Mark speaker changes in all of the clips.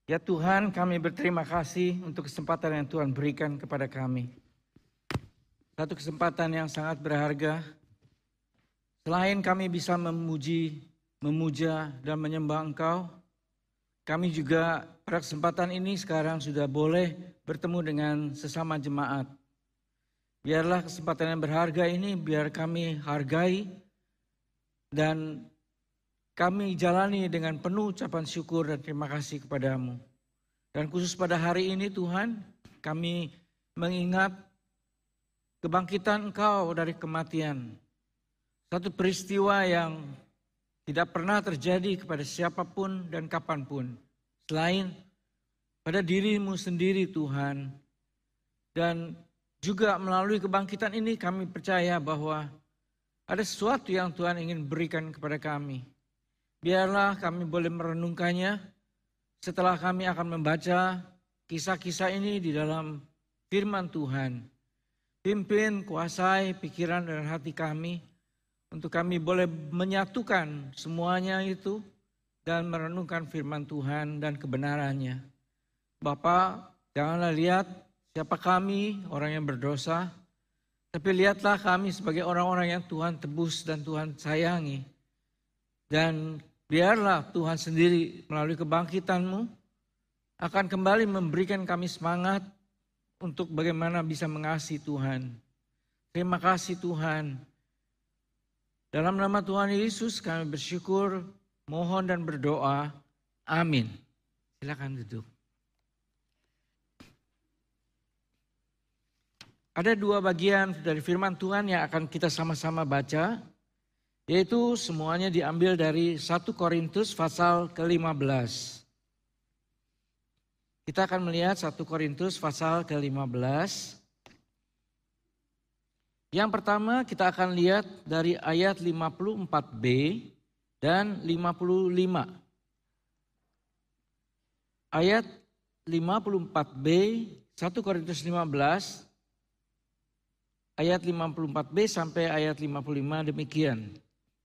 Speaker 1: Ya Tuhan, kami berterima kasih untuk kesempatan yang Tuhan berikan kepada kami. Satu kesempatan yang sangat berharga. Selain kami bisa memuji, memuja, dan menyembah Engkau, kami juga pada kesempatan ini sekarang sudah boleh bertemu dengan sesama jemaat. Biarlah kesempatan yang berharga ini biar kami hargai dan kami jalani dengan penuh ucapan syukur dan terima kasih kepadamu. Dan khusus pada hari ini Tuhan, kami mengingat kebangkitan Engkau dari kematian. Satu peristiwa yang tidak pernah terjadi kepada siapapun dan kapanpun. Selain pada dirimu sendiri Tuhan. Dan juga melalui kebangkitan ini kami percaya bahwa ada sesuatu yang Tuhan ingin berikan kepada kami. Biarlah kami boleh merenungkannya setelah kami akan membaca kisah-kisah ini di dalam firman Tuhan. Pimpin, kuasai pikiran dan hati kami untuk kami boleh menyatukan semuanya itu dan merenungkan firman Tuhan dan kebenarannya. Bapa, janganlah lihat siapa kami, orang yang berdosa, tapi lihatlah kami sebagai orang-orang yang Tuhan tebus dan Tuhan sayangi. Dan biarlah Tuhan sendiri melalui kebangkitan-Mu akan kembali memberikan kami semangat untuk bagaimana bisa mengasihi Tuhan. Terima kasih Tuhan. Dalam nama Tuhan Yesus kami bersyukur, mohon dan berdoa. Amin. Silakan duduk. Ada dua bagian dari firman Tuhan yang akan kita sama-sama baca. Yaitu semuanya diambil dari 1 Korintus pasal ke-15. Kita akan melihat 1 Korintus pasal ke-15. Yang pertama kita akan lihat dari ayat 54b dan 55. Ayat 54b, 1 Korintus 15, ayat 54b sampai ayat 55 demikian.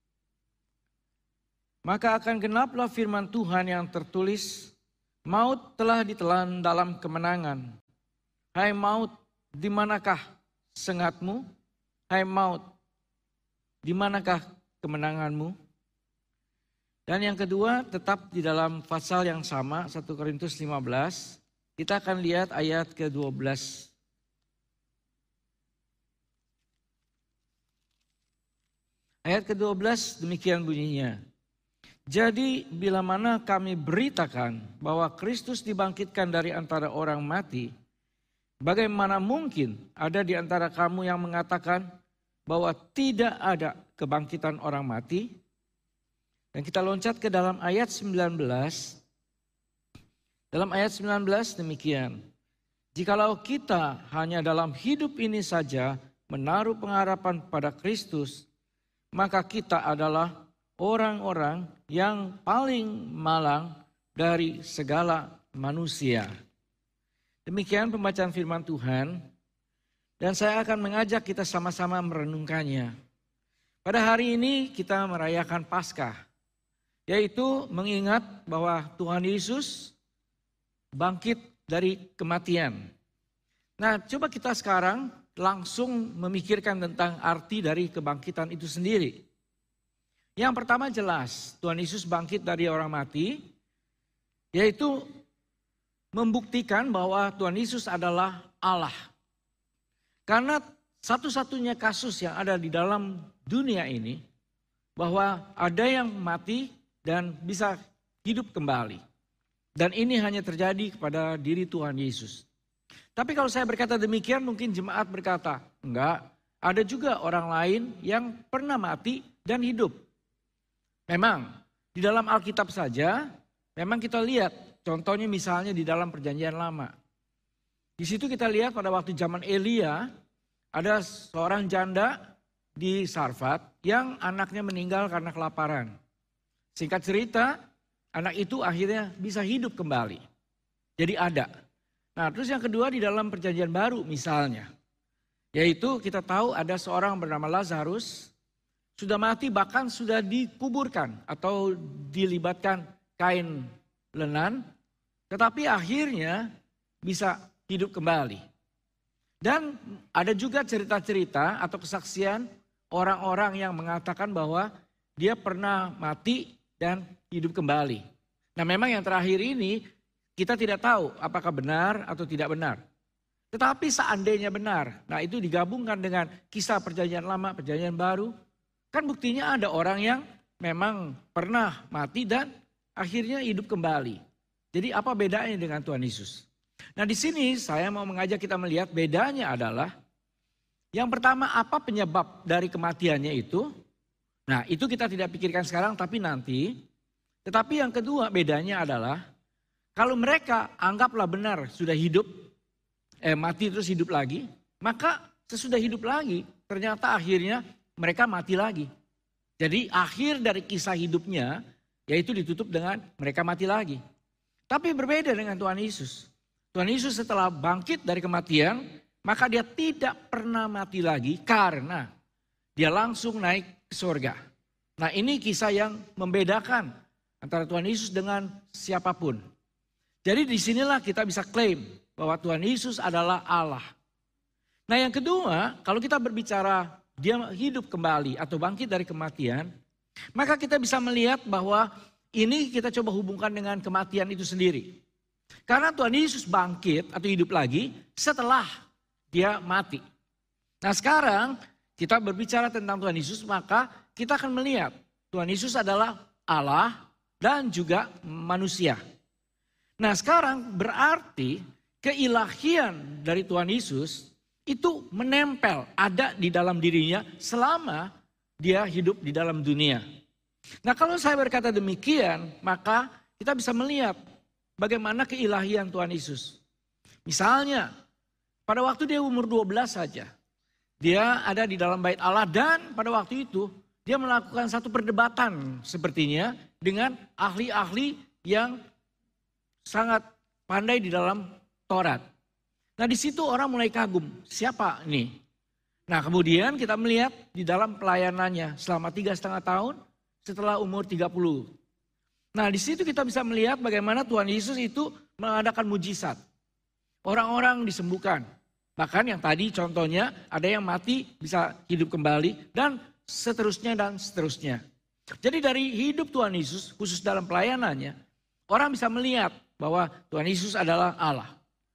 Speaker 1: Maka akan genaplah firman Tuhan yang tertulis, maut telah ditelan dalam kemenangan. Hai maut, di manakah sengatmu? Hai maut, di manakah kemenanganmu? Dan yang kedua tetap di dalam pasal yang sama, 1 Korintus 15, kita akan lihat ayat ke-12. Ayat ke-12 demikian bunyinya. Jadi bila mana kami beritakan bahwa Kristus dibangkitkan dari antara orang mati, bagaimana mungkin ada di antara kamu yang mengatakan bahwa tidak ada kebangkitan orang mati? Dan kita loncat ke dalam ayat 19. Dalam ayat 19 demikian. Jikalau kita hanya dalam hidup ini saja menaruh pengharapan pada Kristus, maka kita adalah orang-orang yang paling malang dari segala manusia. Demikian pembacaan firman Tuhan. Dan saya akan mengajak kita sama-sama merenungkannya. Pada hari ini kita merayakan Paskah. Yaitu mengingat bahwa Tuhan Yesus bangkit dari kematian. Nah, coba kita sekarang langsung memikirkan tentang arti dari kebangkitan itu sendiri. Yang pertama jelas, Tuhan Yesus bangkit dari orang mati, yaitu membuktikan bahwa Tuhan Yesus adalah Allah. Karena satu-satunya kasus yang ada di dalam dunia ini, bahwa ada yang mati dan bisa hidup kembali. Dan ini hanya terjadi kepada diri Tuhan Yesus. Tapi kalau saya berkata demikian, mungkin jemaat berkata, enggak, ada juga orang lain yang pernah mati dan hidup. Memang di dalam Alkitab saja, memang kita lihat contohnya misalnya di dalam Perjanjian Lama. Di situ kita lihat pada waktu zaman Elia, ada seorang janda di Sarfat yang anaknya meninggal karena kelaparan. Singkat cerita, anak itu akhirnya bisa hidup kembali. Jadi ada. Nah terus yang kedua di dalam Perjanjian Baru misalnya. Yaitu kita tahu ada seorang bernama Lazarus. Sudah mati bahkan sudah dikuburkan atau dilibatkan kain lenan. tetapi akhirnya bisa hidup kembali. Dan ada juga cerita-cerita atau kesaksian orang-orang yang mengatakan bahwa dia pernah mati dan hidup kembali. Nah, memang yang terakhir ini kita tidak tahu apakah benar atau tidak benar. Tetapi seandainya benar, nah itu digabungkan dengan kisah perjanjian lama, perjanjian baru. Kan buktinya ada orang yang memang pernah mati dan akhirnya hidup kembali. Jadi apa bedanya dengan Tuhan Yesus? Nah di sini saya mau mengajak kita melihat bedanya adalah, yang pertama apa penyebab dari kematiannya itu. Nah itu kita tidak pikirkan sekarang tapi nanti. Tetapi yang kedua bedanya adalah, kalau mereka anggaplah benar sudah hidup, mati terus hidup lagi, maka sesudah hidup lagi ternyata akhirnya mereka mati lagi. Jadi akhir dari kisah hidupnya yaitu ditutup dengan mereka mati lagi. Tapi berbeda dengan Tuhan Yesus. Tuhan Yesus setelah bangkit dari kematian, maka dia tidak pernah mati lagi karena dia langsung naik ke surga. Nah ini kisah yang membedakan antara Tuhan Yesus dengan siapapun. Jadi disinilah kita bisa klaim bahwa Tuhan Yesus adalah Allah. Nah yang kedua, kalau kita berbicara dia hidup kembali atau bangkit dari kematian, maka kita bisa melihat bahwa ini kita coba hubungkan dengan kematian itu sendiri. Karena Tuhan Yesus bangkit atau hidup lagi setelah dia mati. Nah sekarang kita berbicara tentang Tuhan Yesus, maka kita akan melihat Tuhan Yesus adalah Allah dan juga manusia. Nah sekarang berarti keilahian dari Tuhan Yesus itu menempel, ada di dalam dirinya selama dia hidup di dalam dunia. Nah kalau saya berkata demikian, maka kita bisa melihat bagaimana keilahian Tuhan Yesus. Misalnya, pada waktu dia umur 12 saja, dia ada di dalam bait Allah dan pada waktu itu dia melakukan satu perdebatan sepertinya dengan ahli-ahli yang sangat pandai di dalam Taurat. Nah di situ orang mulai kagum, siapa ini? Nah kemudian kita melihat di dalam pelayanannya selama 3,5 tahun setelah umur 30. Nah di situ kita bisa melihat bagaimana Tuhan Yesus itu mengadakan mujizat. Orang-orang disembuhkan. Bahkan yang tadi contohnya ada yang mati bisa hidup kembali dan seterusnya dan seterusnya. Jadi dari hidup Tuhan Yesus khusus dalam pelayanannya, orang bisa melihat bahwa Tuhan Yesus adalah Allah.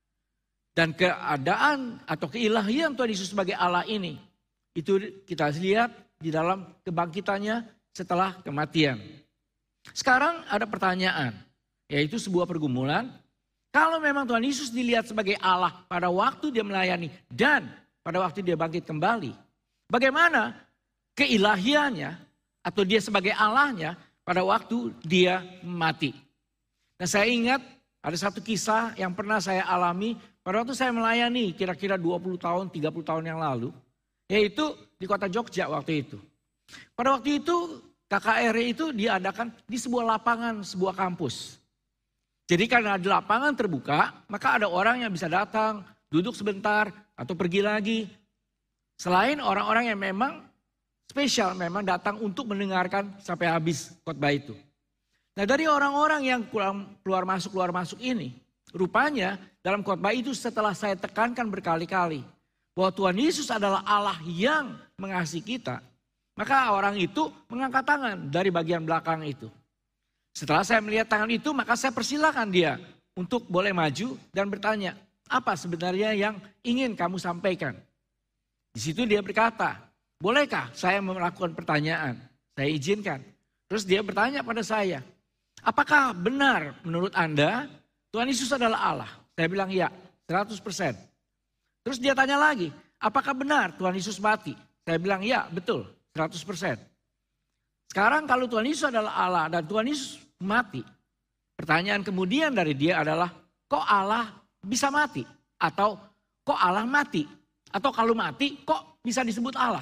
Speaker 1: Dan keadaan atau keilahian Tuhan Yesus sebagai Allah ini, itu kita lihat di dalam kebangkitannya setelah kematian. Sekarang ada pertanyaan, yaitu sebuah pergumulan. Kalau memang Tuhan Yesus dilihat sebagai Allah pada waktu dia melayani dan pada waktu dia bangkit kembali, bagaimana keilahiannya atau dia sebagai Allahnya pada waktu dia mati? Nah saya ingat ada satu kisah yang pernah saya alami pada waktu saya melayani kira-kira 20 tahun, 30 tahun yang lalu. Yaitu di kota Jogja waktu itu. Pada waktu itu KKRI itu diadakan di sebuah lapangan, sebuah kampus. Jadi karena di lapangan terbuka, maka ada orang yang bisa datang, duduk sebentar atau pergi lagi. Selain orang-orang yang memang spesial, memang datang untuk mendengarkan sampai habis khotbah itu. Nah dari orang-orang yang keluar masuk ini, rupanya dalam khotbah itu setelah saya tekankan berkali-kali bahwa Tuhan Yesus adalah Allah yang mengasihi kita, maka orang itu mengangkat tangan dari bagian belakang itu. Setelah saya melihat tangan itu, maka saya persilakan dia untuk boleh maju dan bertanya, apa sebenarnya yang ingin kamu sampaikan? Di situ dia berkata, bolehkah saya melakukan pertanyaan? Saya izinkan. Terus dia bertanya pada saya, apakah benar menurut Anda Tuhan Yesus adalah Allah? Saya bilang ya, 100%. Terus dia tanya lagi, apakah benar Tuhan Yesus mati? Saya bilang ya, betul, 100%. Sekarang kalau Tuhan Yesus adalah Allah dan Tuhan Yesus mati, pertanyaan kemudian dari dia adalah, kok Allah bisa mati? Atau kok Allah mati? Atau kalau mati, kok bisa disebut Allah?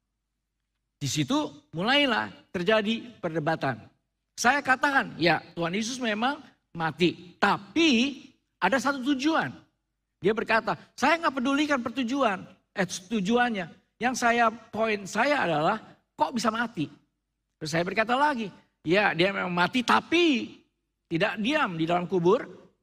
Speaker 1: Di situ mulailah terjadi perdebatan. Saya katakan, ya Tuhan Yesus memang mati, tapi ada satu tujuan. Dia berkata, saya nggak pedulikan tujuannya. Yang poin saya adalah, kok bisa mati? Terus saya berkata lagi, ya dia memang mati tapi tidak diam di dalam kubur.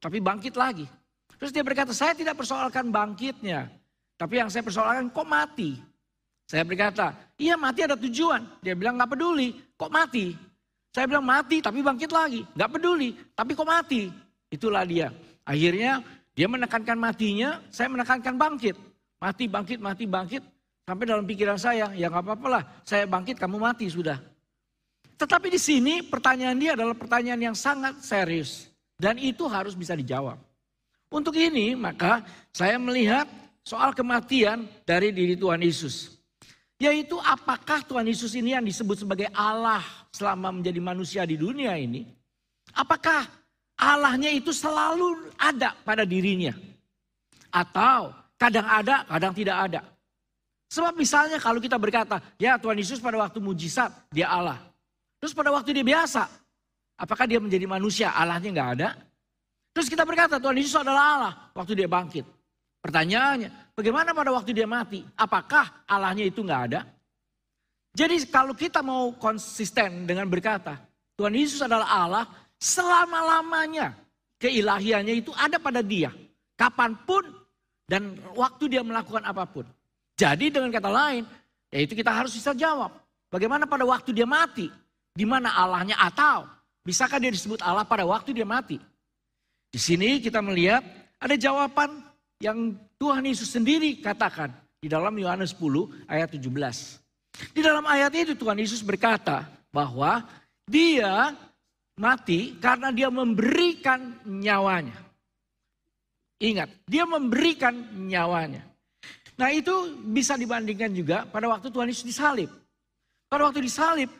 Speaker 1: tapi bangkit lagi. Terus dia berkata, saya tidak persoalkan bangkitnya, tapi yang saya persoalkan kok mati. Saya berkata, iya mati ada tujuan. Dia bilang gak peduli, kok mati. Saya bilang mati tapi bangkit lagi. Gak peduli, tapi kok mati. Itulah dia. Akhirnya dia menekankan matinya, saya menekankan bangkit. Mati, bangkit, mati, bangkit. Sampai dalam pikiran saya, ya gak apa-apa lah. Saya bangkit, kamu mati sudah. Tetapi di sini pertanyaan dia adalah pertanyaan yang sangat serius. Dan itu harus bisa dijawab. Untuk ini maka saya melihat soal kematian dari diri Tuhan Yesus. Yaitu apakah Tuhan Yesus ini yang disebut sebagai Allah selama menjadi manusia di dunia ini. Apakah Allahnya itu selalu ada pada dirinya. Atau kadang ada, kadang tidak ada. Sebab misalnya kalau kita berkata, ya Tuhan Yesus pada waktu mujizat dia Allah. Terus pada waktu dia biasa, apakah dia menjadi manusia Allahnya gak ada? Terus kita berkata Tuhan Yesus adalah Allah waktu dia bangkit. Pertanyaannya, bagaimana pada waktu dia mati? Apakah Allahnya itu gak ada? Jadi kalau kita mau konsisten dengan berkata, Tuhan Yesus adalah Allah, selama-lamanya keilahiannya itu ada pada dia. Kapanpun dan waktu dia melakukan apapun. Jadi dengan kata lain, yaitu kita harus bisa jawab. Bagaimana pada waktu dia mati? Di mana Allahnya atau bisakah dia disebut Allah pada waktu dia mati? Di sini kita melihat ada jawaban yang Tuhan Yesus sendiri katakan di dalam Yohanes 10 ayat 17. Di dalam ayat itu Tuhan Yesus berkata bahwa dia mati karena dia memberikan nyawanya. Ingat, dia memberikan nyawanya. Nah itu bisa dibandingkan juga pada waktu Tuhan Yesus disalib. Pada waktu disalib,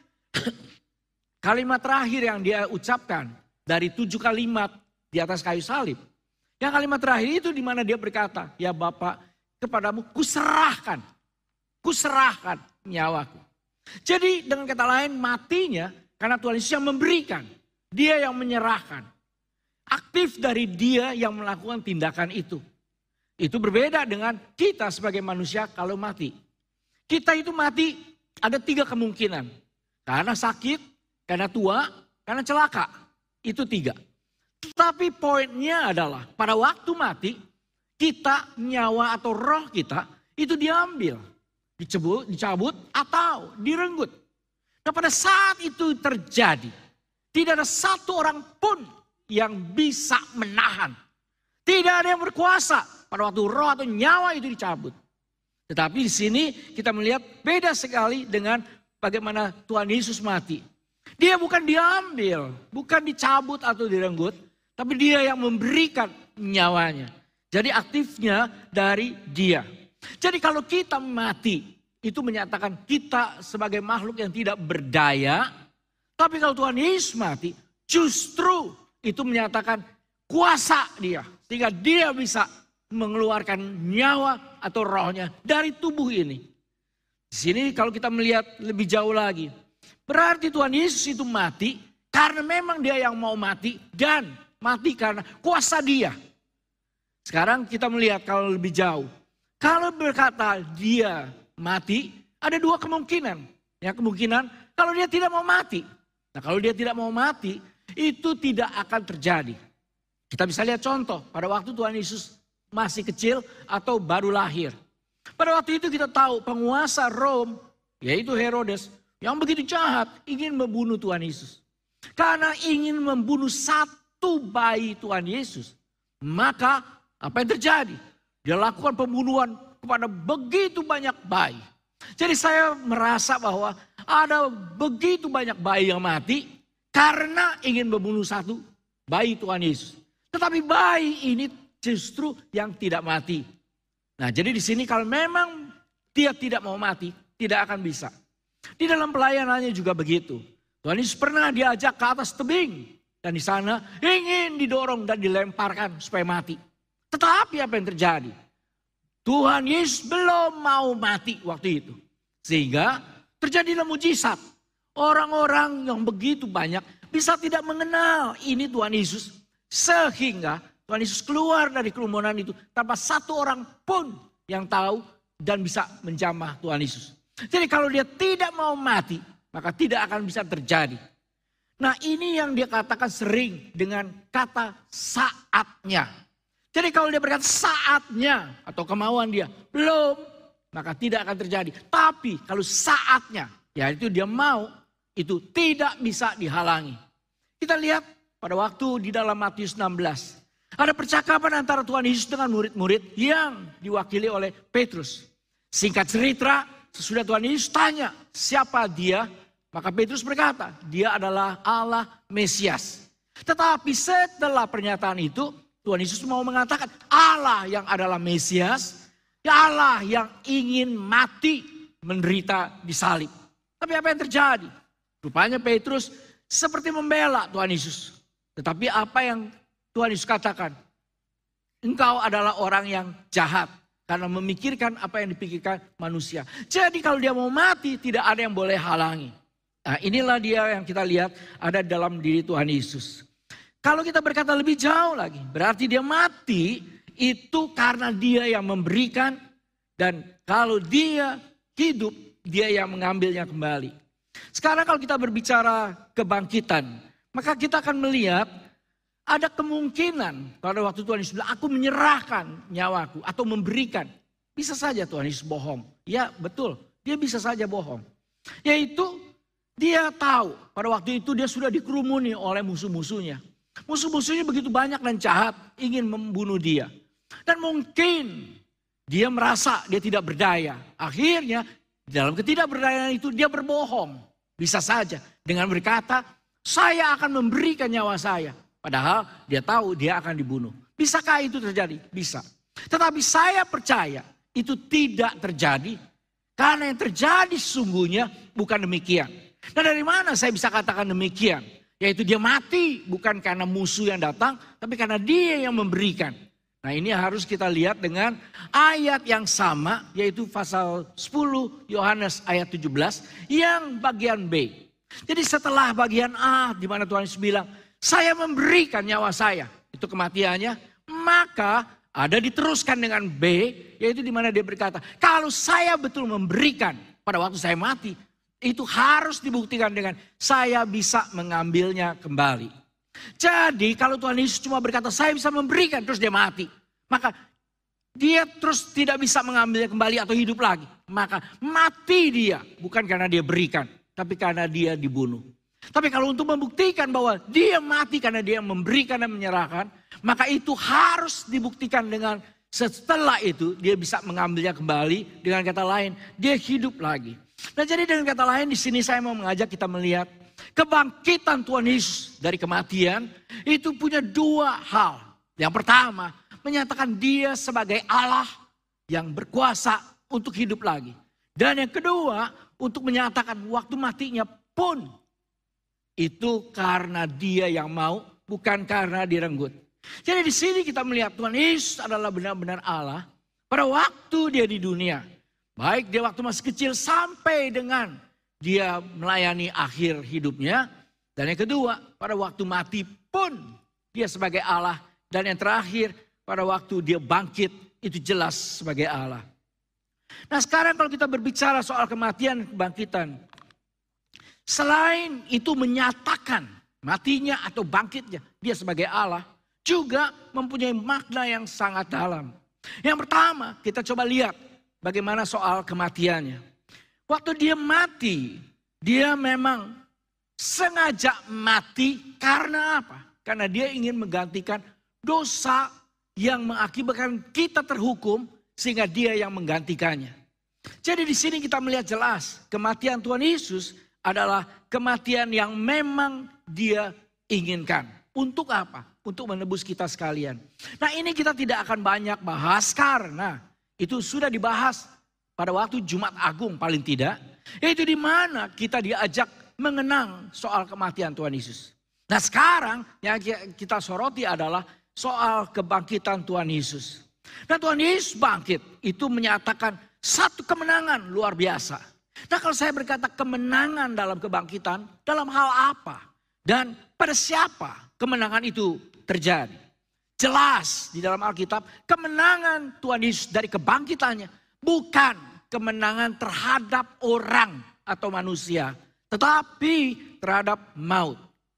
Speaker 1: kalimat terakhir yang dia ucapkan dari 7 kalimat di atas kayu salib. Yang kalimat terakhir itu di mana dia berkata, ya Bapa, kepadamu kuserahkan nyawaku. Jadi dengan kata lain matinya karena Tuhan Yesus yang memberikan. Dia yang menyerahkan. Aktif dari dia yang melakukan tindakan itu. Itu berbeda dengan kita sebagai manusia kalau mati. Kita itu mati ada 3 kemungkinan. Karena sakit, karena tua, karena celaka. Itu 3. Tetapi poinnya adalah pada waktu mati, kita nyawa atau roh kita itu diambil. Dicabut atau direnggut. Nah pada saat itu terjadi, tidak ada satu orang pun yang bisa menahan. Tidak ada yang berkuasa pada waktu roh atau nyawa itu dicabut. Tetapi di sini kita melihat beda sekali dengan bagaimana Tuhan Yesus mati. Dia bukan diambil, bukan dicabut atau direnggut, tapi dia yang memberikan nyawanya. Jadi aktifnya dari dia. Jadi kalau kita mati, itu menyatakan kita sebagai makhluk yang tidak berdaya. Tapi kalau Tuhan Yesus mati, justru itu menyatakan kuasa dia. Sehingga dia bisa mengeluarkan nyawa atau rohnya dari tubuh ini. Di sini kalau kita melihat lebih jauh lagi. Berarti Tuhan Yesus itu mati karena memang dia yang mau mati dan mati karena kuasa dia. Sekarang kita melihat kalau lebih jauh. Kalau berkata dia mati, ada 2 kemungkinan. Yang kemungkinan kalau dia tidak mau mati. Nah kalau dia tidak mau mati, itu tidak akan terjadi. Kita bisa lihat contoh pada waktu Tuhan Yesus masih kecil atau baru lahir. Pada waktu itu kita tahu penguasa Rom, yaitu Herodes, yang begitu jahat ingin membunuh Tuhan Yesus. Karena ingin membunuh satu bayi Tuhan Yesus. Maka apa yang terjadi? Dia lakukan pembunuhan kepada begitu banyak bayi. Jadi saya merasa bahwa ada begitu banyak bayi yang mati karena ingin membunuh satu bayi Tuhan Yesus. Tetapi bayi ini justru yang tidak mati. Nah jadi di sini kalau memang dia tidak mau mati, tidak akan bisa. Di dalam pelayanannya juga begitu. Tuhan Yesus pernah diajak ke atas tebing. Dan di sana ingin didorong dan dilemparkan supaya mati. Tetapi apa yang terjadi? Tuhan Yesus belum mau mati waktu itu. Sehingga terjadilah mujizat. Orang-orang yang begitu banyak bisa tidak mengenal ini Tuhan Yesus. Sehingga Tuhan Yesus keluar dari kerumunan itu tanpa satu orang pun yang tahu dan bisa menjamah Tuhan Yesus. Jadi kalau dia tidak mau mati, maka tidak akan bisa terjadi. Nah ini yang dia katakan sering dengan kata saatnya. Jadi kalau dia berkata saatnya atau kemauan dia belum, maka tidak akan terjadi. Tapi kalau saatnya, yaitu dia mau, itu tidak bisa dihalangi. Kita lihat pada waktu di dalam Matius 16. Ada percakapan antara Tuhan Yesus dengan murid-murid yang diwakili oleh Petrus. Singkat cerita, sesudah Tuhan Yesus tanya siapa dia, maka Petrus berkata, dia adalah Allah Mesias. Tetapi setelah pernyataan itu, Tuhan Yesus mau mengatakan Allah yang adalah Mesias, Allah yang ingin mati menderita di salib. Tapi apa yang terjadi? Rupanya Petrus seperti membela Tuhan Yesus. Tetapi apa yang Tuhan Yesus katakan? Engkau adalah orang yang jahat karena memikirkan apa yang dipikirkan manusia. Jadi kalau dia mau mati tidak ada yang boleh halangi. Nah inilah dia yang kita lihat ada dalam diri Tuhan Yesus. Kalau kita berkata lebih jauh lagi, berarti dia mati itu karena dia yang memberikan. Dan kalau dia hidup, dia yang mengambilnya kembali. Sekarang kalau kita berbicara kebangkitan, maka kita akan melihat ada kemungkinan pada waktu Tuhan Yesus bilang, aku menyerahkan nyawaku atau memberikan. Bisa saja Tuhan Yesus bohong. Ya betul, dia bisa saja bohong. Yaitu dia tahu pada waktu itu dia sudah dikerumuni oleh musuh-musuhnya. Musuh-musuhnya begitu banyak dan jahat ingin membunuh dia. Dan mungkin dia merasa dia tidak berdaya. Akhirnya dalam ketidakberdayaan itu dia berbohong. Bisa saja dengan berkata saya akan memberikan nyawa saya. Padahal dia tahu dia akan dibunuh. Bisakah itu terjadi? Bisa. Tetapi saya percaya itu tidak terjadi. Karena yang terjadi sesungguhnya bukan demikian. Nah dari mana saya bisa katakan demikian? Yaitu dia mati bukan karena musuh yang datang, tapi karena dia yang memberikan. Nah ini harus kita lihat dengan ayat yang sama, yaitu pasal 10 Yohanes ayat 17 yang bagian B. Jadi setelah bagian A di mana Tuhan Yesus bilang, saya memberikan nyawa saya, itu kematiannya, maka ada diteruskan dengan B, yaitu di mana dia berkata, kalau saya betul memberikan pada waktu saya mati, itu harus dibuktikan dengan saya bisa mengambilnya kembali. Jadi kalau Tuhan Yesus cuma berkata saya bisa memberikan terus dia mati. Maka dia terus tidak bisa mengambilnya kembali atau hidup lagi. Maka mati dia bukan karena dia berikan. Tapi karena dia dibunuh. Tapi kalau untuk membuktikan bahwa dia mati karena dia memberikan dan menyerahkan. Maka itu harus dibuktikan dengan setelah itu dia bisa mengambilnya kembali. Dengan kata lain dia hidup lagi. Nah jadi dengan kata lain di sini saya mau mengajak kita melihat kebangkitan Tuhan Yesus dari kematian itu punya dua hal. Yang pertama menyatakan dia sebagai Allah yang berkuasa untuk hidup lagi. Dan yang kedua untuk menyatakan waktu matinya pun itu karena dia yang mau bukan karena direnggut. Jadi di sini kita melihat Tuhan Yesus adalah benar-benar Allah pada waktu dia di dunia. Baik dia waktu masih kecil sampai dengan dia melayani akhir hidupnya. Dan yang kedua pada waktu mati pun dia sebagai Allah. Dan yang terakhir pada waktu dia bangkit itu jelas sebagai Allah. Nah sekarang kalau kita berbicara soal kematian dan kebangkitan. Selain itu menyatakan matinya atau bangkitnya dia sebagai Allah. Juga mempunyai makna yang sangat dalam. Yang pertama kita coba lihat. Bagaimana soal kematiannya. Waktu dia mati, dia memang sengaja mati karena apa? Karena dia ingin menggantikan dosa yang mengakibatkan kita terhukum sehingga dia yang menggantikannya. Jadi di sini kita melihat jelas kematian Tuhan Yesus adalah kematian yang memang dia inginkan. Untuk apa? Untuk menebus kita sekalian. Nah ini kita tidak akan banyak bahas karena itu sudah dibahas pada waktu Jumat Agung paling tidak. Yaitu di mana kita diajak mengenang soal kematian Tuhan Yesus. Nah sekarang yang kita soroti adalah soal kebangkitan Tuhan Yesus. Nah Tuhan Yesus bangkit itu menyatakan satu kemenangan luar biasa. Nah kalau saya berkata kemenangan dalam kebangkitan, dalam hal apa? Dan pada siapa kemenangan itu terjadi? Jelas di dalam Alkitab kemenangan Tuhan Yesus dari kebangkitannya bukan kemenangan terhadap orang atau manusia. Tetapi terhadap maut.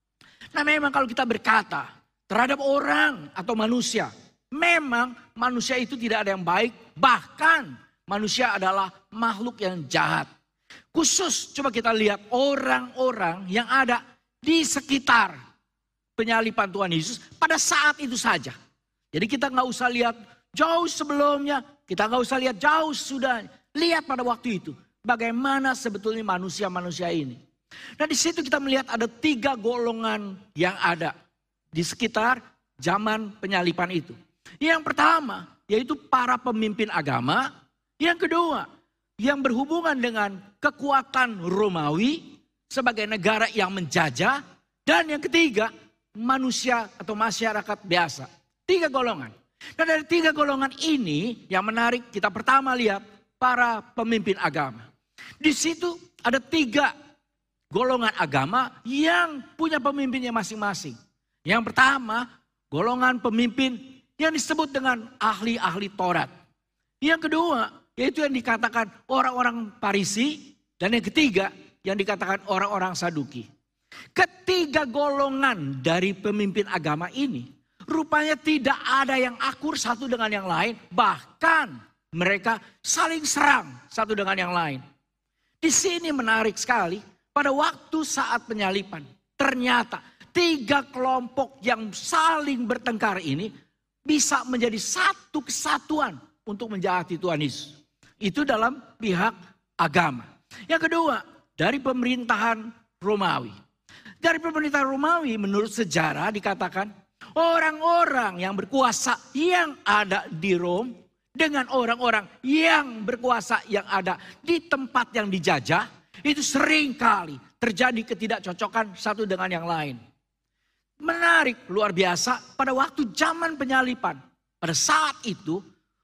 Speaker 1: Nah memang kalau kita berkata terhadap orang atau manusia, memang manusia itu tidak ada yang baik, bahkan manusia adalah makhluk yang jahat. Khusus coba kita lihat orang-orang yang ada di sekitar penyaliban Tuhan Yesus pada saat itu saja. Jadi kita nggak usah lihat jauh sebelumnya, kita nggak usah lihat jauh sudah. Lihat pada waktu itu bagaimana sebetulnya manusia-manusia ini. Nah di situ kita melihat ada 3 golongan yang ada di sekitar zaman penyaliban itu. Yang pertama yaitu para pemimpin agama. Yang kedua yang berhubungan dengan kekuatan Romawi sebagai negara yang menjajah. Dan yang ketiga manusia atau masyarakat biasa. 3 golongan. Nah dari 3 golongan ini yang menarik kita pertama lihat para pemimpin agama. Di situ ada 3 golongan agama yang punya pemimpinnya masing-masing. Yang pertama, golongan pemimpin yang disebut dengan ahli-ahli Taurat. Yang kedua, yaitu yang dikatakan orang-orang Farisi. Dan yang ketiga, yang dikatakan orang-orang Saduki. Ketiga golongan dari pemimpin agama ini, rupanya tidak ada yang akur satu dengan yang lain. Bahkan mereka saling serang satu dengan yang lain. Di sini menarik sekali. Pada waktu saat penyaliban, ternyata 3 kelompok yang saling bertengkar ini bisa menjadi satu kesatuan untuk menjahati Tuhan Yesus. Itu dalam pihak agama. Yang kedua, dari pemerintahan Romawi. Dari pemerintahan Romawi menurut sejarah dikatakan orang-orang yang berkuasa yang ada di Rom dengan orang-orang yang berkuasa yang ada di tempat yang dijajah. Itu sering kali terjadi ketidakcocokan satu dengan yang lain. Menarik, luar biasa pada waktu zaman penyaliban. Pada saat itu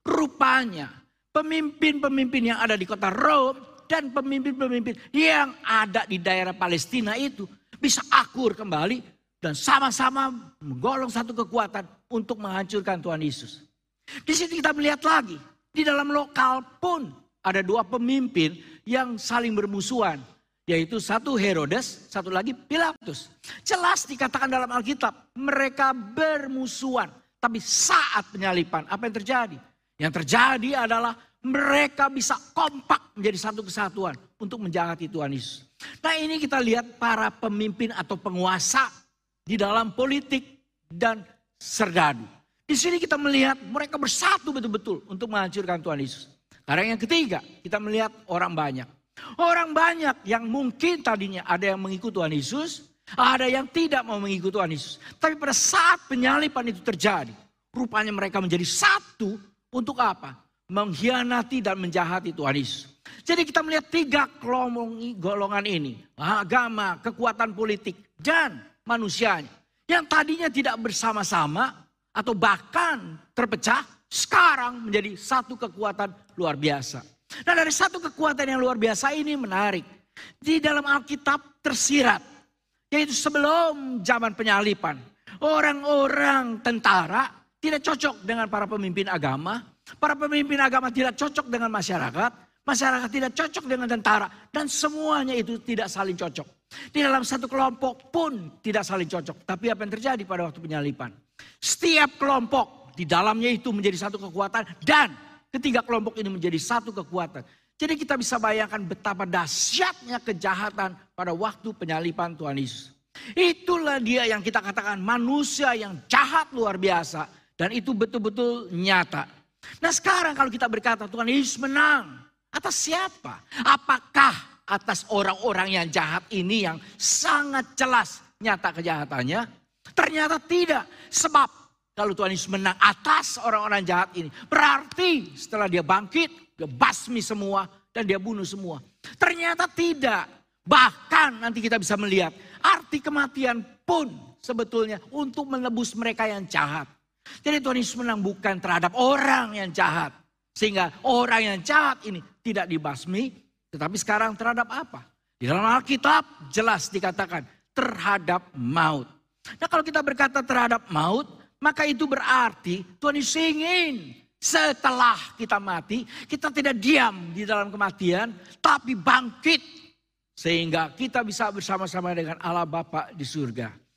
Speaker 1: rupanya pemimpin-pemimpin yang ada di kota Rom dan pemimpin-pemimpin yang ada di daerah Palestina itu bisa akur kembali dan sama-sama menggolong satu kekuatan untuk menghancurkan Tuhan Yesus. Di situ kita melihat lagi, di dalam lokal pun ada 2 pemimpin yang saling bermusuhan. Yaitu satu Herodes, satu lagi Pilatus. Jelas dikatakan dalam Alkitab, mereka bermusuhan. Tapi saat penyaliban, apa yang terjadi? Yang terjadi adalah mereka bisa kompak menjadi satu kesatuan untuk menjahati Tuhan Yesus. Nah ini kita lihat para pemimpin atau penguasa di dalam politik dan serdadu. Di sini kita melihat mereka bersatu betul-betul untuk menghancurkan Tuhan Yesus. Karena yang ketiga, kita melihat orang banyak. Orang banyak yang mungkin tadinya ada yang mengikuti Tuhan Yesus, ada yang tidak mau mengikuti Tuhan Yesus. Tapi pada saat penyaliban itu terjadi, rupanya mereka menjadi satu untuk apa? Mengkhianati dan menjahati Tuhan Yesus. Jadi kita melihat 3 golongan ini. Agama, kekuatan politik, dan manusianya. Yang tadinya tidak bersama-sama atau bahkan terpecah, sekarang menjadi satu kekuatan luar biasa. Nah dari satu kekuatan yang luar biasa ini menarik. Di dalam Alkitab tersirat. Yaitu sebelum zaman penyaliban. Orang-orang tentara tidak cocok dengan para pemimpin agama. Para pemimpin agama tidak cocok dengan masyarakat. Masyarakat tidak cocok dengan tentara. Dan semuanya itu tidak saling cocok. Di dalam satu kelompok pun tidak saling cocok. Tapi apa yang terjadi pada waktu penyaliban? Setiap kelompok di dalamnya itu menjadi satu kekuatan dan ketiga kelompok ini menjadi satu kekuatan. Jadi kita bisa bayangkan betapa dahsyatnya kejahatan pada waktu penyaliban Tuhan Yesus. Itulah dia yang kita katakan manusia yang jahat luar biasa dan itu betul-betul nyata. Nah sekarang kalau kita berkata Tuhan Yesus menang atas siapa? Apakah atas orang-orang yang jahat ini yang sangat jelas nyata kejahatannya? Ternyata tidak, sebab kalau Tuhan Yesus menang atas orang-orang jahat ini, berarti setelah dia bangkit, dia basmi semua dan dia bunuh semua. Ternyata tidak. Bahkan nanti kita bisa melihat arti kematian pun sebetulnya untuk menebus mereka yang jahat. Jadi Tuhan Yesus menang bukan terhadap orang yang jahat. Sehingga orang yang jahat ini tidak dibasmi, tetapi sekarang terhadap apa? Di dalam Alkitab jelas dikatakan terhadap maut. Nah kalau kita berkata terhadap maut, maka itu berarti Tuhan Yesus ingin setelah kita mati, kita tidak diam di dalam kematian, tapi bangkit. Sehingga kita bisa bersama-sama dengan Allah Bapa di surga.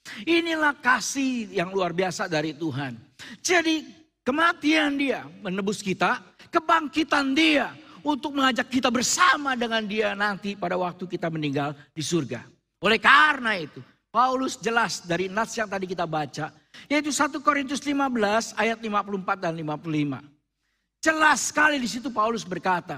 Speaker 1: Inilah kasih yang luar biasa dari Tuhan. Jadi kematian dia menebus kita, kebangkitan dia untuk mengajak kita bersama dengan dia nanti pada waktu kita meninggal di surga. Oleh karena itu, Paulus jelas dari nats yang tadi kita baca, yaitu 1 Korintus 15 ayat 54 dan 55. Jelas sekali di situ Paulus berkata,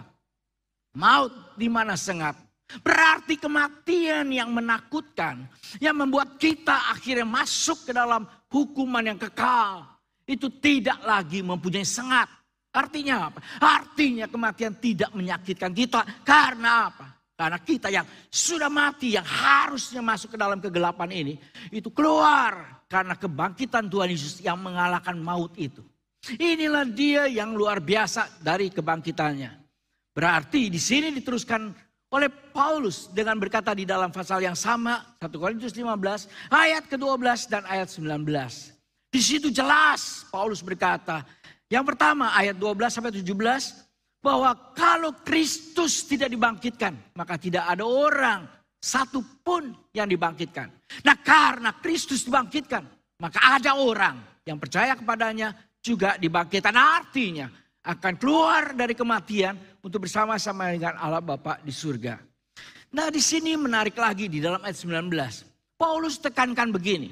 Speaker 1: maut di mana sengat. Berarti kematian yang menakutkan, yang membuat kita akhirnya masuk ke dalam hukuman yang kekal, itu tidak lagi mempunyai sengat. Artinya apa? Artinya kematian tidak menyakitkan kita. Karena apa? Karena kita yang sudah mati, yang harusnya masuk ke dalam kegelapan ini, itu keluar karena kebangkitan Tuhan Yesus yang mengalahkan maut itu. Inilah dia yang luar biasa dari kebangkitannya. Berarti di sini diteruskan oleh Paulus dengan berkata di dalam pasal yang sama, 1 Korintus 15 ayat ke-12 dan ayat 19. Di situ jelas Paulus berkata, yang pertama ayat 12 sampai 17, bahwa kalau Kristus tidak dibangkitkan, maka tidak ada orang satu pun yang dibangkitkan. Nah, karena Kristus dibangkitkan, maka ada orang yang percaya kepadanya juga dibangkitkan. Artinya akan keluar dari kematian untuk bersama-sama dengan Allah Bapa di surga. Nah, di sini menarik lagi di dalam ayat 19. Paulus tekankan begini,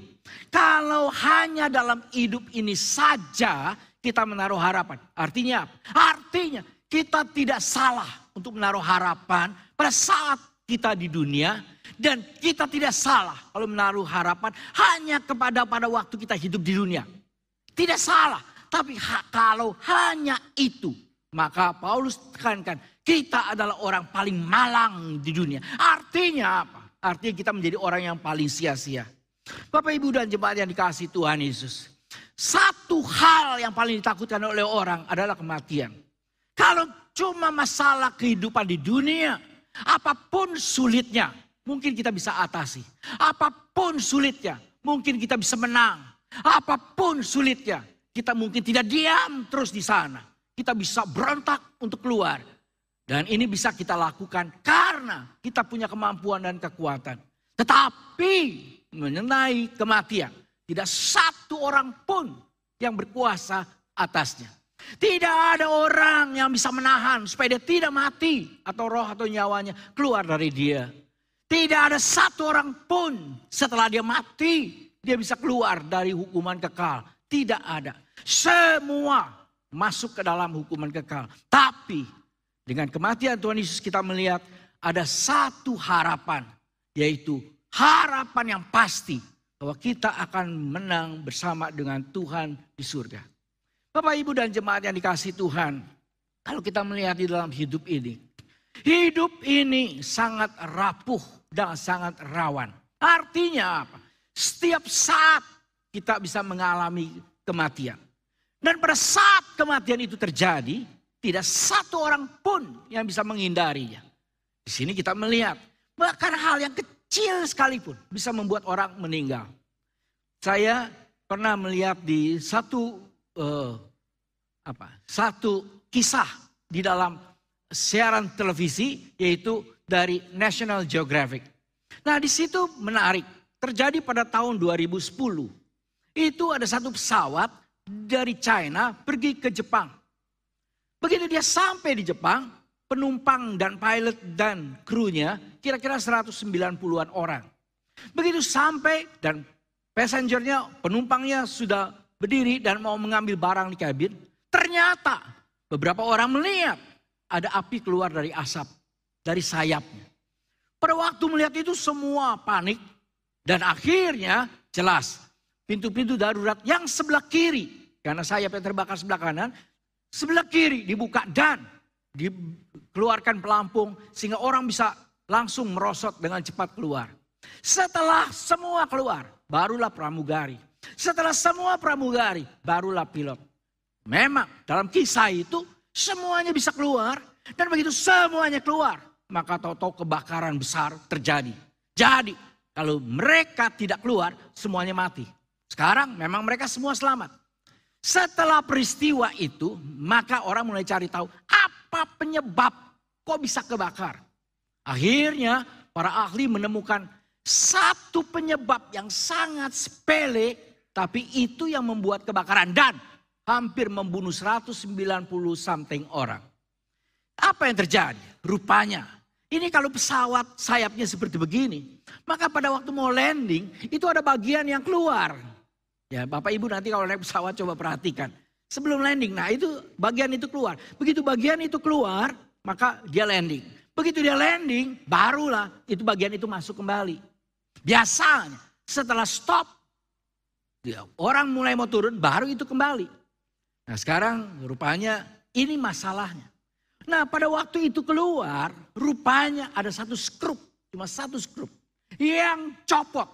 Speaker 1: kalau hanya dalam hidup ini saja kita menaruh harapan. Artinya apa? Artinya kita tidak salah untuk menaruh harapan pada saat kita di dunia. Dan kita tidak salah kalau menaruh harapan hanya pada waktu kita hidup di dunia. Tidak salah. Tapi kalau hanya itu, maka Paulus tekankan kita adalah orang paling malang di dunia. Artinya apa? Artinya kita menjadi orang yang paling sia-sia. Bapak, Ibu dan jemaat yang dikasihi Tuhan Yesus. Satu hal yang paling ditakutkan oleh orang adalah kematian. Kalau cuma masalah kehidupan di dunia, apapun sulitnya, mungkin kita bisa atasi. Apapun sulitnya, mungkin kita bisa menang. Apapun sulitnya, kita mungkin tidak diam terus di sana. Kita bisa berontak untuk keluar. Dan ini bisa kita lakukan karena kita punya kemampuan dan kekuatan. Tetapi mengenai kematian, tidak satu orang pun yang berkuasa atasnya. Tidak ada orang yang bisa menahan supaya dia tidak mati atau roh atau nyawanya keluar dari dia. Tidak ada satu orang pun setelah dia mati dia bisa keluar dari hukuman kekal. Tidak ada. Semua masuk ke dalam hukuman kekal. Tapi dengan kematian Tuhan Yesus kita melihat ada satu harapan. Yaitu harapan yang pasti bahwa kita akan menang bersama dengan Tuhan di surga. Bapak, Ibu dan jemaat yang dikasihi Tuhan. Kalau kita melihat di dalam hidup ini. Hidup ini sangat rapuh dan sangat rawan. Artinya apa? Setiap saat kita bisa mengalami kematian. Dan pada saat kematian itu terjadi, tidak satu orang pun yang bisa menghindarinya. Di sini kita melihat, bahkan hal yang kecil sekalipun bisa membuat orang meninggal. Saya pernah melihat di satu kisah di dalam siaran televisi, yaitu dari National Geographic. Nah, di situ menarik, terjadi pada tahun 2010. Itu ada satu pesawat dari China pergi ke Jepang. Begitu dia sampai di Jepang, penumpang dan pilot dan krunya kira-kira 190-an orang. Begitu sampai dan passengernya, penumpangnya sudah berdiri dan mau mengambil barang di kabin. Ternyata beberapa orang melihat ada api keluar dari asap, dari sayapnya. Pada waktu melihat itu semua panik dan akhirnya jelas. Pintu-pintu darurat yang sebelah kiri, karena sayapnya terbakar sebelah kanan, sebelah kiri dibuka dan dikeluarkan pelampung sehingga orang bisa langsung merosot dengan cepat keluar. Setelah semua keluar, barulah pramugari. Setelah semua pramugari, barulah pilot. Memang dalam kisah itu semuanya bisa keluar dan begitu semuanya keluar, maka tahu-tahu kebakaran besar terjadi. Jadi kalau mereka tidak keluar, semuanya mati. Sekarang memang mereka semua selamat. Setelah peristiwa itu, maka orang mulai cari tahu apa penyebab kok bisa kebakar. Akhirnya para ahli menemukan
Speaker 2: Satu penyebab yang sangat sepele, tapi itu yang membuat kebakaran dan hampir membunuh 190 something orang. Apa yang terjadi? Rupanya, ini kalau pesawat sayapnya seperti begini, maka pada waktu mau landing, itu ada bagian yang keluar. Ya, Bapak Ibu nanti kalau naik pesawat coba perhatikan. Sebelum landing, nah itu bagian itu keluar. Begitu bagian itu keluar, maka dia landing. Begitu dia landing, barulah itu bagian itu masuk kembali. Biasanya setelah stop, orang mulai mau turun, baru itu kembali. Nah sekarang rupanya ini masalahnya. Nah pada waktu itu keluar, rupanya ada satu skrup, cuma satu skrup yang copot.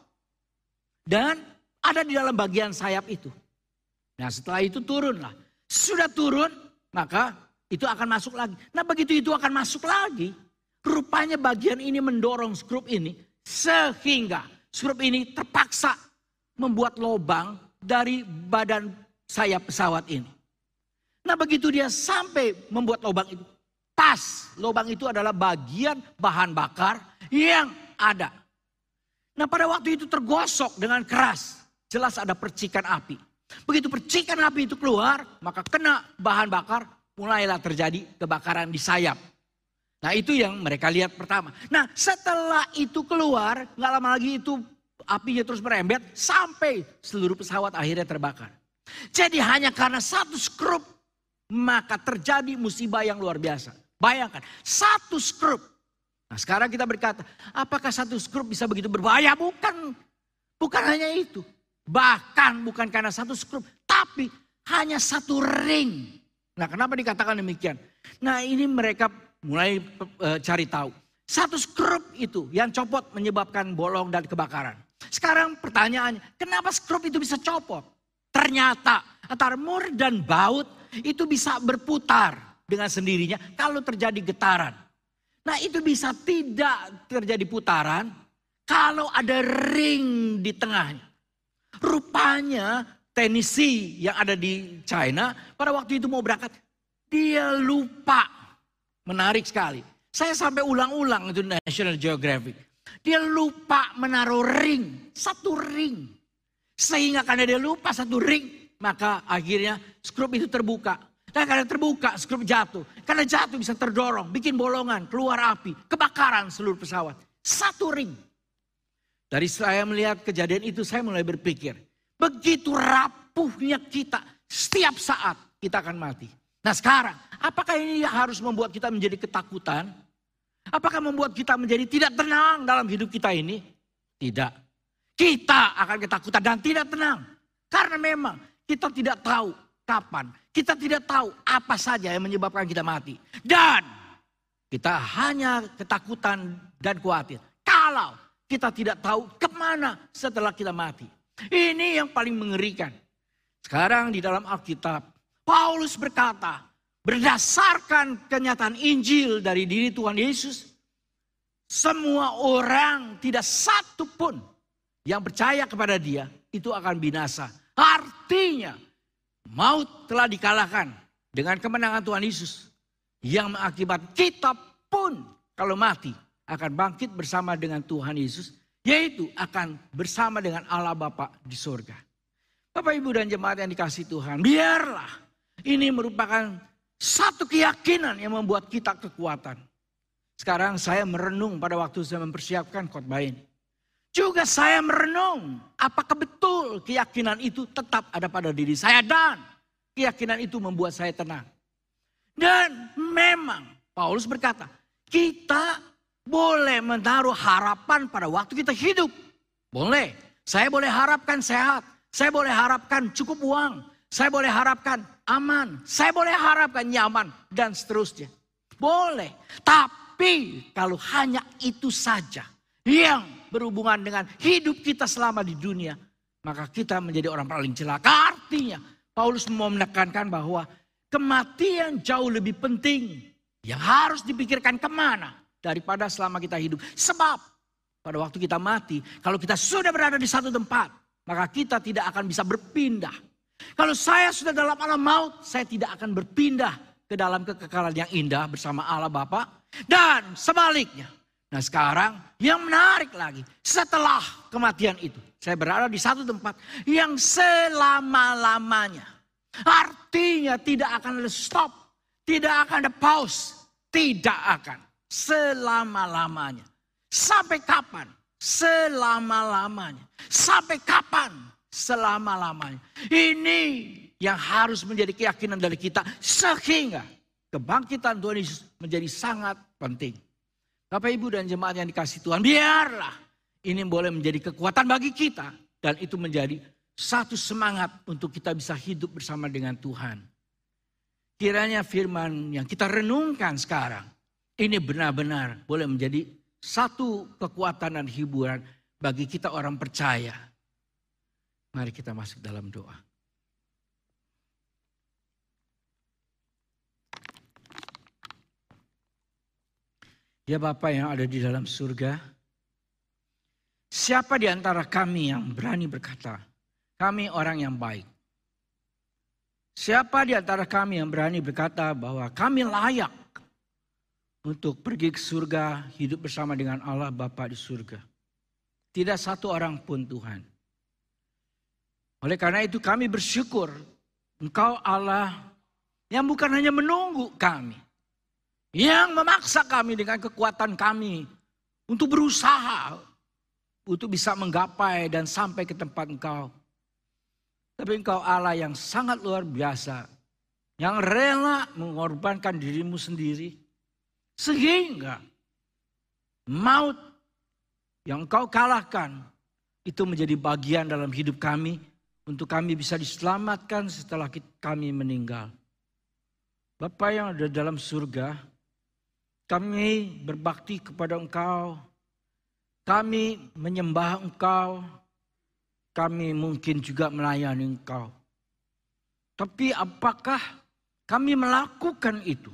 Speaker 2: Dan ada di dalam bagian sayap itu. Nah setelah itu turunlah. Sudah turun, maka itu akan masuk lagi. Nah begitu itu akan masuk lagi, rupanya bagian ini mendorong skrup ini. Sehingga skrup ini terpaksa membuat lubang dari badan sayap pesawat ini. Nah begitu dia sampai membuat lubang itu, pas lubang itu adalah bagian bahan bakar yang ada. Nah pada waktu itu tergosok dengan keras, jelas ada percikan api. Begitu percikan api itu keluar, maka kena bahan bakar, mulailah terjadi kebakaran di sayap. Nah itu yang mereka lihat pertama. Nah setelah itu keluar, gak lama lagi itu apinya terus merembet sampai seluruh pesawat akhirnya terbakar. Jadi hanya karena satu skrup, maka terjadi musibah yang luar biasa. Bayangkan, satu skrup. Nah sekarang kita berkata, apakah satu skrup bisa begitu berbahaya? Bukan hanya itu. Bahkan bukan karena satu skrup, tapi hanya satu ring. Nah kenapa dikatakan demikian? Nah ini mereka mulai cari tahu. Satu skrup itu yang copot menyebabkan bolong dan kebakaran. Sekarang pertanyaannya, kenapa skrup itu bisa copot? Ternyata antara mur dan baut itu bisa berputar dengan sendirinya kalau terjadi getaran. Nah itu bisa tidak terjadi putaran kalau ada ring di tengahnya. Rupanya teknisi yang ada di China pada waktu itu mau berangkat, dia lupa. Menarik sekali. Saya sampai ulang-ulang itu National Geographic. Dia lupa menaruh ring, satu ring. Sehingga karena dia lupa satu ring, maka akhirnya skrup itu terbuka. Dan karena terbuka, skrup jatuh. Karena jatuh bisa terdorong, bikin bolongan, keluar api, kebakaran seluruh pesawat. Satu ring. Dari saya melihat kejadian itu, saya mulai berpikir, begitu rapuhnya kita, setiap saat kita akan mati. Nah sekarang, apakah ini harus membuat kita menjadi ketakutan? Apakah membuat kita menjadi tidak tenang dalam hidup kita ini? Tidak. Kita akan ketakutan dan tidak tenang. Karena memang kita tidak tahu kapan. Kita tidak tahu apa saja yang menyebabkan kita mati. Dan kita hanya ketakutan dan khawatir. Kalau kita tidak tahu kemana setelah kita mati. Ini yang paling mengerikan. Sekarang di dalam Alkitab, Paulus berkata, berdasarkan kenyataan Injil dari diri Tuhan Yesus, semua orang tidak satu pun yang percaya kepada dia itu akan binasa. Artinya maut telah dikalahkan dengan kemenangan Tuhan Yesus. Yang mengakibatkan kita pun kalau mati akan bangkit bersama dengan Tuhan Yesus. Yaitu akan bersama dengan Allah Bapa di surga. Bapak Ibu dan jemaat yang dikasihi Tuhan, biarlah ini merupakan satu keyakinan yang membuat kita kekuatan. Sekarang saya merenung pada waktu saya mempersiapkan khotbah ini. Juga saya merenung apakah betul keyakinan itu tetap ada pada diri saya. Dan keyakinan itu membuat saya tenang. Dan memang Paulus berkata, kita boleh menaruh harapan pada waktu kita hidup. Boleh. Saya boleh harapkan sehat. Saya boleh harapkan cukup uang. Saya boleh harapkan aman. Saya boleh harapkan nyaman. Dan seterusnya. Boleh. Tapi kalau hanya itu saja yang berhubungan dengan hidup kita selama di dunia. Maka kita menjadi orang paling celaka. Artinya Paulus mau menekankan bahwa kematian jauh lebih penting. Yang harus dipikirkan kemana daripada selama kita hidup. Sebab pada waktu kita mati, kalau kita sudah berada di satu tempat, maka kita tidak akan bisa berpindah. Kalau saya sudah dalam alam maut, saya tidak akan berpindah ke dalam kekekalan yang indah bersama Allah Bapa. Dan sebaliknya, Nah sekarang yang menarik lagi, setelah kematian itu, saya berada di satu tempat yang selama-lamanya. Artinya tidak akan ada stop, tidak akan ada pause, tidak akan. Selama-lamanya. Sampai kapan? Selama-lamanya. Sampai kapan? Selama-lamanya. Ini yang harus menjadi keyakinan dari kita. Sehingga kebangkitan Tuhan Yesus menjadi sangat penting. Bapak Ibu dan jemaat yang dikasihi Tuhan. Biarlah ini boleh menjadi kekuatan bagi kita. Dan itu menjadi satu semangat untuk kita bisa hidup bersama dengan Tuhan. Kiranya firman yang kita renungkan sekarang. Ini benar-benar boleh menjadi satu kekuatan dan hiburan bagi kita orang percaya. Mari kita masuk dalam doa. Ya Bapa yang ada di dalam surga, siapa di antara kami yang berani berkata, kami orang yang baik? Siapa di antara kami yang berani berkata bahwa kami layak untuk pergi ke surga, hidup bersama dengan Allah Bapa di surga? Tidak satu orang pun Tuhan. Oleh karena itu kami bersyukur Engkau Allah yang bukan hanya menunggu kami, yang memaksa kami dengan kekuatan kami untuk berusaha untuk bisa menggapai dan sampai ke tempat Engkau. Tapi Engkau Allah yang sangat luar biasa, yang rela mengorbankan dirimu sendiri, sehingga maut yang Engkau kalahkan itu menjadi bagian dalam hidup kami, untuk kami bisa diselamatkan setelah kami meninggal. Bapa yang ada dalam surga, kami berbakti kepada Engkau, kami menyembah Engkau, kami mungkin juga melayani Engkau. Tapi apakah kami melakukan itu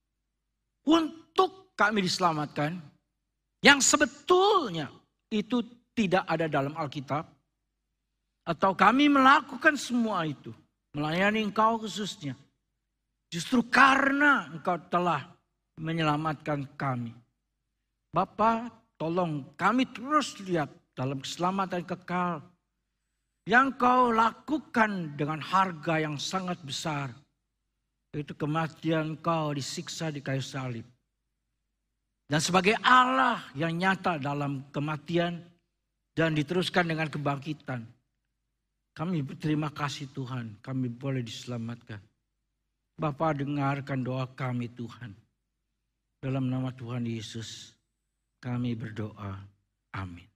Speaker 2: untuk kami diselamatkan? Yang sebetulnya itu tidak ada dalam Alkitab. Atau kami melakukan semua itu, melayani Engkau khususnya, justru karena Engkau telah menyelamatkan kami. Bapa, tolong kami terus lihat dalam keselamatan kekal yang Kau lakukan dengan harga yang sangat besar, yaitu kematian Kau disiksa di kayu salib. Dan sebagai Allah yang nyata dalam kematian dan diteruskan dengan kebangkitan, kami berterima kasih Tuhan, kami boleh diselamatkan. Bapa, dengarkan doa kami Tuhan. Dalam nama Tuhan Yesus kami berdoa. Amin.